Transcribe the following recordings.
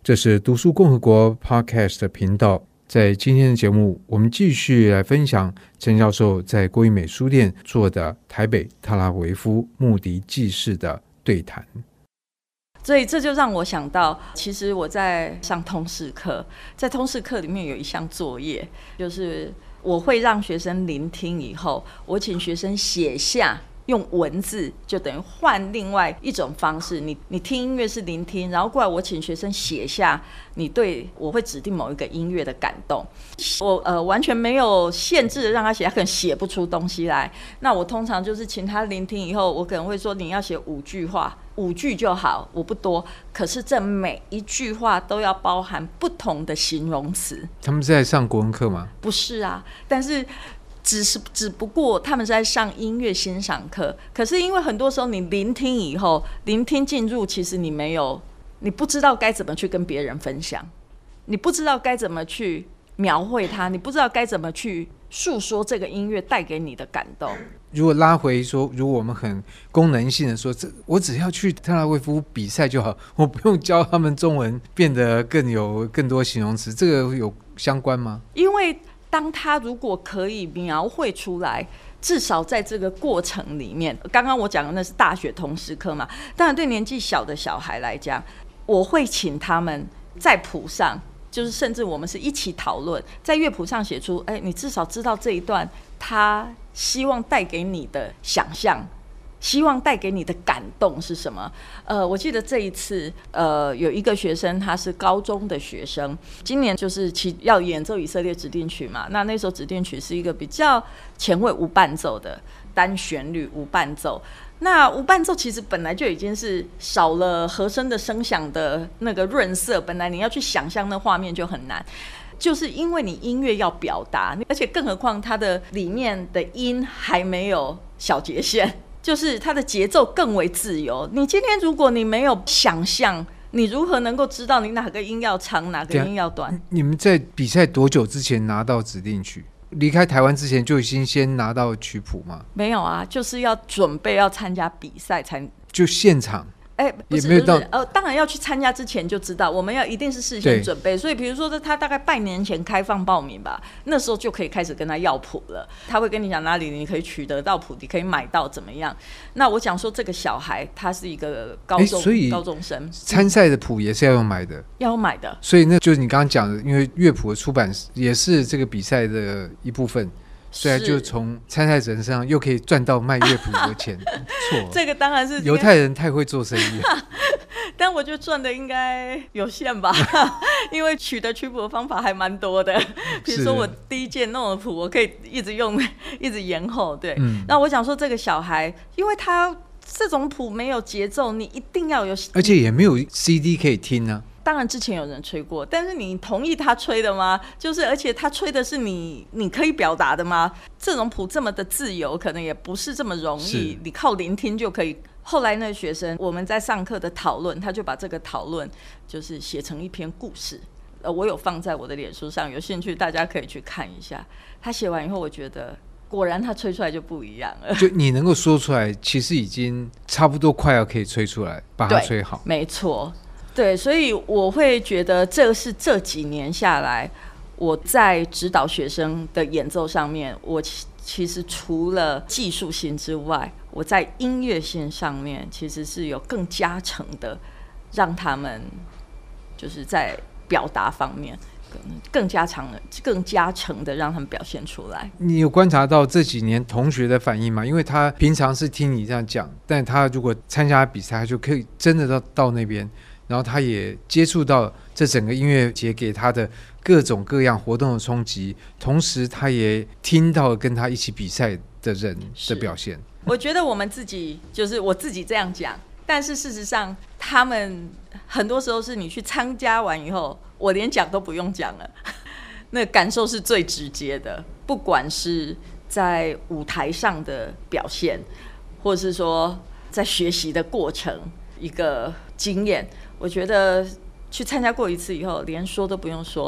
这是读书共和国 Podcast 的频道。在今天的节目，我们继续来分享陈教授在国语美书店做的台北特拉维夫穆迪记事的对谈。 所以这就让我想到，其实我在上通识课，在通识课里面有一项作业，就是我会让学生聆听以后，我请学生写下用文字，就等于换另外一种方式。你听音乐是聆听，然后过来我请学生写下你对我会指定某一个音乐的感动。我完全没有限制的让他写，他可能写不出东西来。那我通常就是请他聆听以后，我可能会说你要写5句话，5句就好，我不多。可是这每一句话都要包含不同的形容词。 他们是在上国文课吗？不是啊，但是只不过他们是在上音乐欣赏课，可是因为很多时候你聆听以后，聆听进入，其实你不知道该怎么去跟别人分享，你不知道该怎么去描绘它，你不知道该怎么去诉说这个音乐带给你的感动。 如果拉回说，如果我们很功能性的说，我只要去特拉维夫比赛就好，我不用教他们中文变得更多形容词，这个有相关吗？ 因为当他如果可以描绘出来，至少在这个过程里面，刚刚我讲的那是大学通识课嘛，当然对年纪小的小孩来讲，我会请他们在谱上，就是甚至我们是一起讨论，在乐谱上写出，你至少知道这一段他希望带给你的想象，希望带给你的感动是什么？我记得这一次，有一个学生，他是高中的学生，今年就是要演奏以色列指定曲嘛。那首指定曲是一个比较前卫无伴奏的单旋律无伴奏。那无伴奏其实本来就已经是少了和声的声响的那个润色，本来你要去想象那画面就很难。就是因为你音乐要表达，而且更何况它的里面的音还没有小节线。就是它的节奏更为自由。你今天如果你没有想象，你如何能够知道你哪个音要长，哪个音要短？ 你们在比赛多久之前拿到指定曲？离开台湾之前就已经先拿到曲谱吗？ 没有啊，就是要准备要参加比赛才就现场。 不是，当然要去参加之前就知道，我们要一定是事先准备。所以比如说他大概半年前开放报名吧，那时候就可以开始跟他要谱了。他会跟你讲哪里你可以取得到谱，你可以买到怎么样。那我讲说这个小孩他是一个高中生， 参赛的谱也是要用买的， 要买的。所以那就是你刚刚讲的，因为乐谱的出版也是这个比赛的一部分。所以就从参赛者身上又可以赚到卖乐谱的钱，错， 这个当然是犹太人太会做生意了。 但我觉得赚的应该有限吧，因为取得曲谱的方法还蛮多的。比如说我第一届弄的谱，我可以一直用，一直延后。对，那我想说这个小孩，因为他这种谱没有节奏，你一定要有， 而且也没有 CD 可以听啊。 当然之前有人吹过，但是你同意他吹的吗？就是而且他吹的是你可以表达的吗？这种谱这么的自由，可能也不是这么容易，你靠聆听就可以。后来那个学生，我们在上课的讨论，他就把这个讨论就是写成一篇故事，我有放在我的脸书上，有兴趣大家可以去看一下。他写完以后，我觉得果然他吹出来就不一样了。 就你能够说出来，其实已经差不多快要可以吹出来，把它吹好。 没错。对，所以我会觉得这是这几年下来我在指导学生的演奏上面，我其实除了技术性之外，我在音乐性上面其实是有更加成的，让他们就是在表达方面更加成的让他们表现出来。 你有观察到这几年同学的反应吗？因为他平常是听你这样讲，但他如果参加比赛，他就可以真的到那边，然后他也接触到这整个音乐节给他的各种各样活动的冲击，同时他也听到跟他一起比赛的人的表现。 我觉得我们自己就是我自己这样讲，但是事实上他们很多时候是你去参加完以后，我连讲都不用讲了，那感受是最直接的，不管是在舞台上的表现，或者是说在学习的过程一个经验，我觉得去参加过一次以后，连说都不用说了，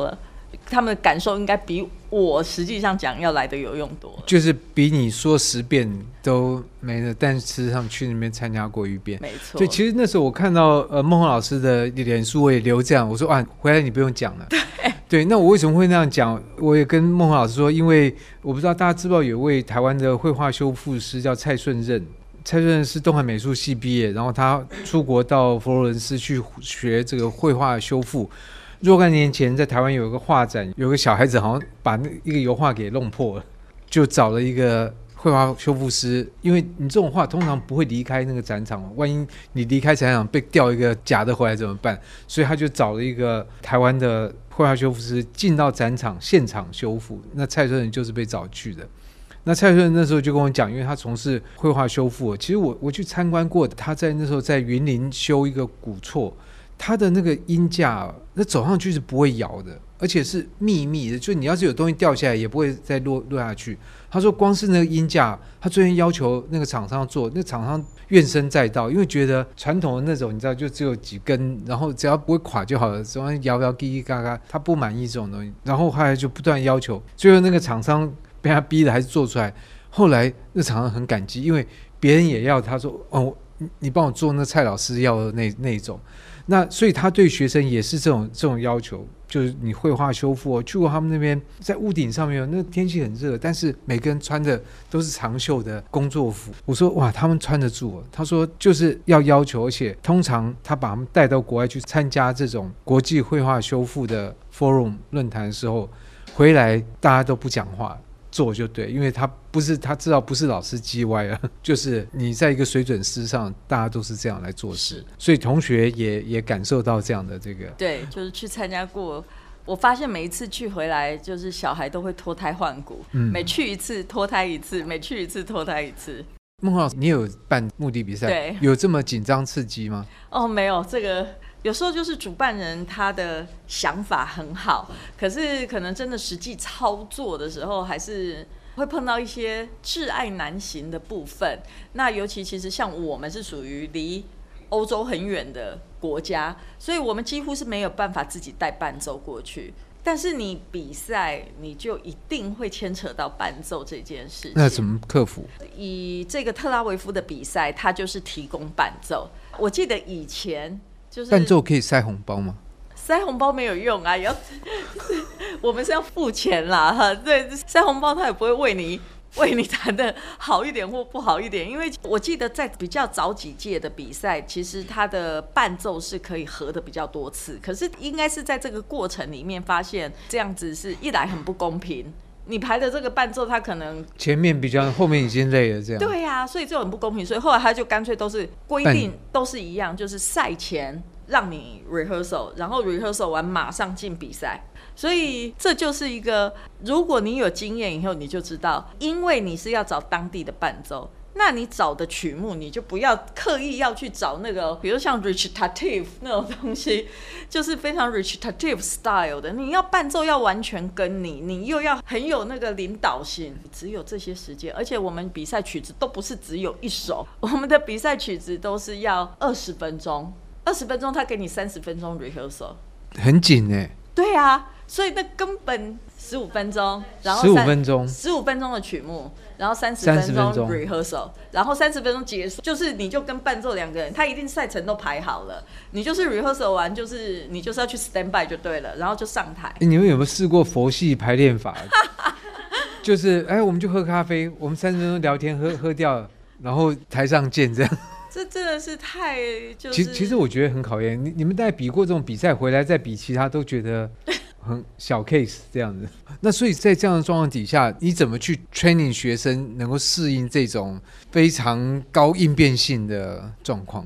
他们的感受应该比我实际上讲要来的有用多， 就是比你说10遍都没了，但事实上去那边参加过一遍。 没错。 对，其实那时候我看到孟宏老师的脸书，我也留这样，我说啊，回来你不用讲了。对，那我为什么会那样讲？我也跟孟宏老师说，因为我不知道大家知不知道，有位台湾的绘画修复师叫蔡顺任。蔡顺任是东海美术系毕业，然后他出国到佛罗伦斯去学这个绘画修复。若干年前在台湾有一个画展，有个小孩子好像把一个油画给弄破了，就找了一个绘画修复师，因为你这种画通常不会离开那个展场，万一你离开展场被调一个假的回来怎么办？所以他就找了一个台湾的绘画修复师进到展场现场修复。那蔡顺仁就是被找去的。那蔡顺仁那时候就跟我讲，因为他从事绘画修复，其实我去参观过，他在那时候在云林修一个古厝，他的那个音架那走上去是不会摇的，而且是密密的，就你要是有东西掉下来也不会再落下去。他说光是那个音架，他最近要求那个厂商做，那厂商怨声载道，因为觉得传统的那种你知道就只有几根，然后只要不会垮就好了，只要摇摇叽叽嘎嘎，他不满意这种东西，然后后来就不断要求，最后那个厂商被他逼的还是做出来。后来那厂商很感激，因为别人也要，他说哦，你帮我做那蔡老师要的那种。那所以他对学生也是这种要求，就是你绘画修复去过他们那边，在屋顶上面，那天气很热，但是每个人穿的都是长袖的工作服。我说哇，他们穿得住。他说就是要求，而且通常他把他们带到国外去参加这种国际绘画修复的 forum 论坛的时候，回来大家都不讲话。做就对，因为他知道不是老师叽歪了，就是你在一个水准之上，大家都是这样来做事，所以同学也感受到这样的这个。 对，就是去参加过，我发现每一次去回来，就是小孩都会脱胎换骨，每去一次脱胎一次，每去一次脱胎一次。 孟宏老师，你有办目的比赛？ 对， 有这么紧张刺激吗？ 哦，没有，这个有时候就是主办人他的想法很好，可是可能真的实际操作的时候，还是会碰到一些挚爱难行的部分。那尤其其实像我们是属于离欧洲很远的国家，所以我们几乎是没有办法自己带伴奏过去。但是你比赛，你就一定会牵扯到伴奏这件事情。 那怎么克服？ 以这个特拉维夫的比赛，它就是提供伴奏。我记得以前就是伴奏可以塞红包吗？ 塞红包没有用啊，我们是要付钱啦哈。对，塞红包他也不会为你弹的好一点或不好一点，因为我记得在比较早几届的比赛，其实它的伴奏是可以合的比较多次，可是应该是在这个过程里面发现这样子是一来很不公平。你排的这个伴奏，他可能前面比较，后面已经累了，这样。 对啊，所以这很不公平，所以后来他就干脆都是规定都是一样，就是赛前让你 rehearsal， 然后 rehearsal 完马上进比赛。所以这就是一个，如果你有经验以后，你就知道，因为你是要找当地的伴奏，那你找的曲目你就不要刻意要去找那个，比如像 recitative 那种东西，就是非常 recitative style 的，你要伴奏要完全跟你又要很有那个领导性，只有这些时间。而且我们比赛曲子都不是只有一首，我们的比赛曲子都是要20分钟，20分钟他给你30分钟 rehearsal， 很紧耶。 对啊，所以那根本15分钟，然后15分钟的曲目，然后30分钟 rehearsal， 然后30分钟结束，就是你就跟伴奏2个人，他一定赛程都排好了，你就是 rehearsal 完，就是你就是要去 stand by 就对了，然后就上台。 你们有没有试过佛系排练法？就是我们就喝咖啡，我们30分钟聊天喝掉了，然后台上见这样。 这真的是太其实我觉得很考验你们，大概比过这种比赛回来再比其他都觉得很小 case 这样子。那所以在这样的状况底下，你怎么去 training 学生能够适应这种非常高应变性的状况？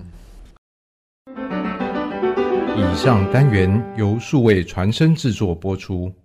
以上单元由数位传声制作播出。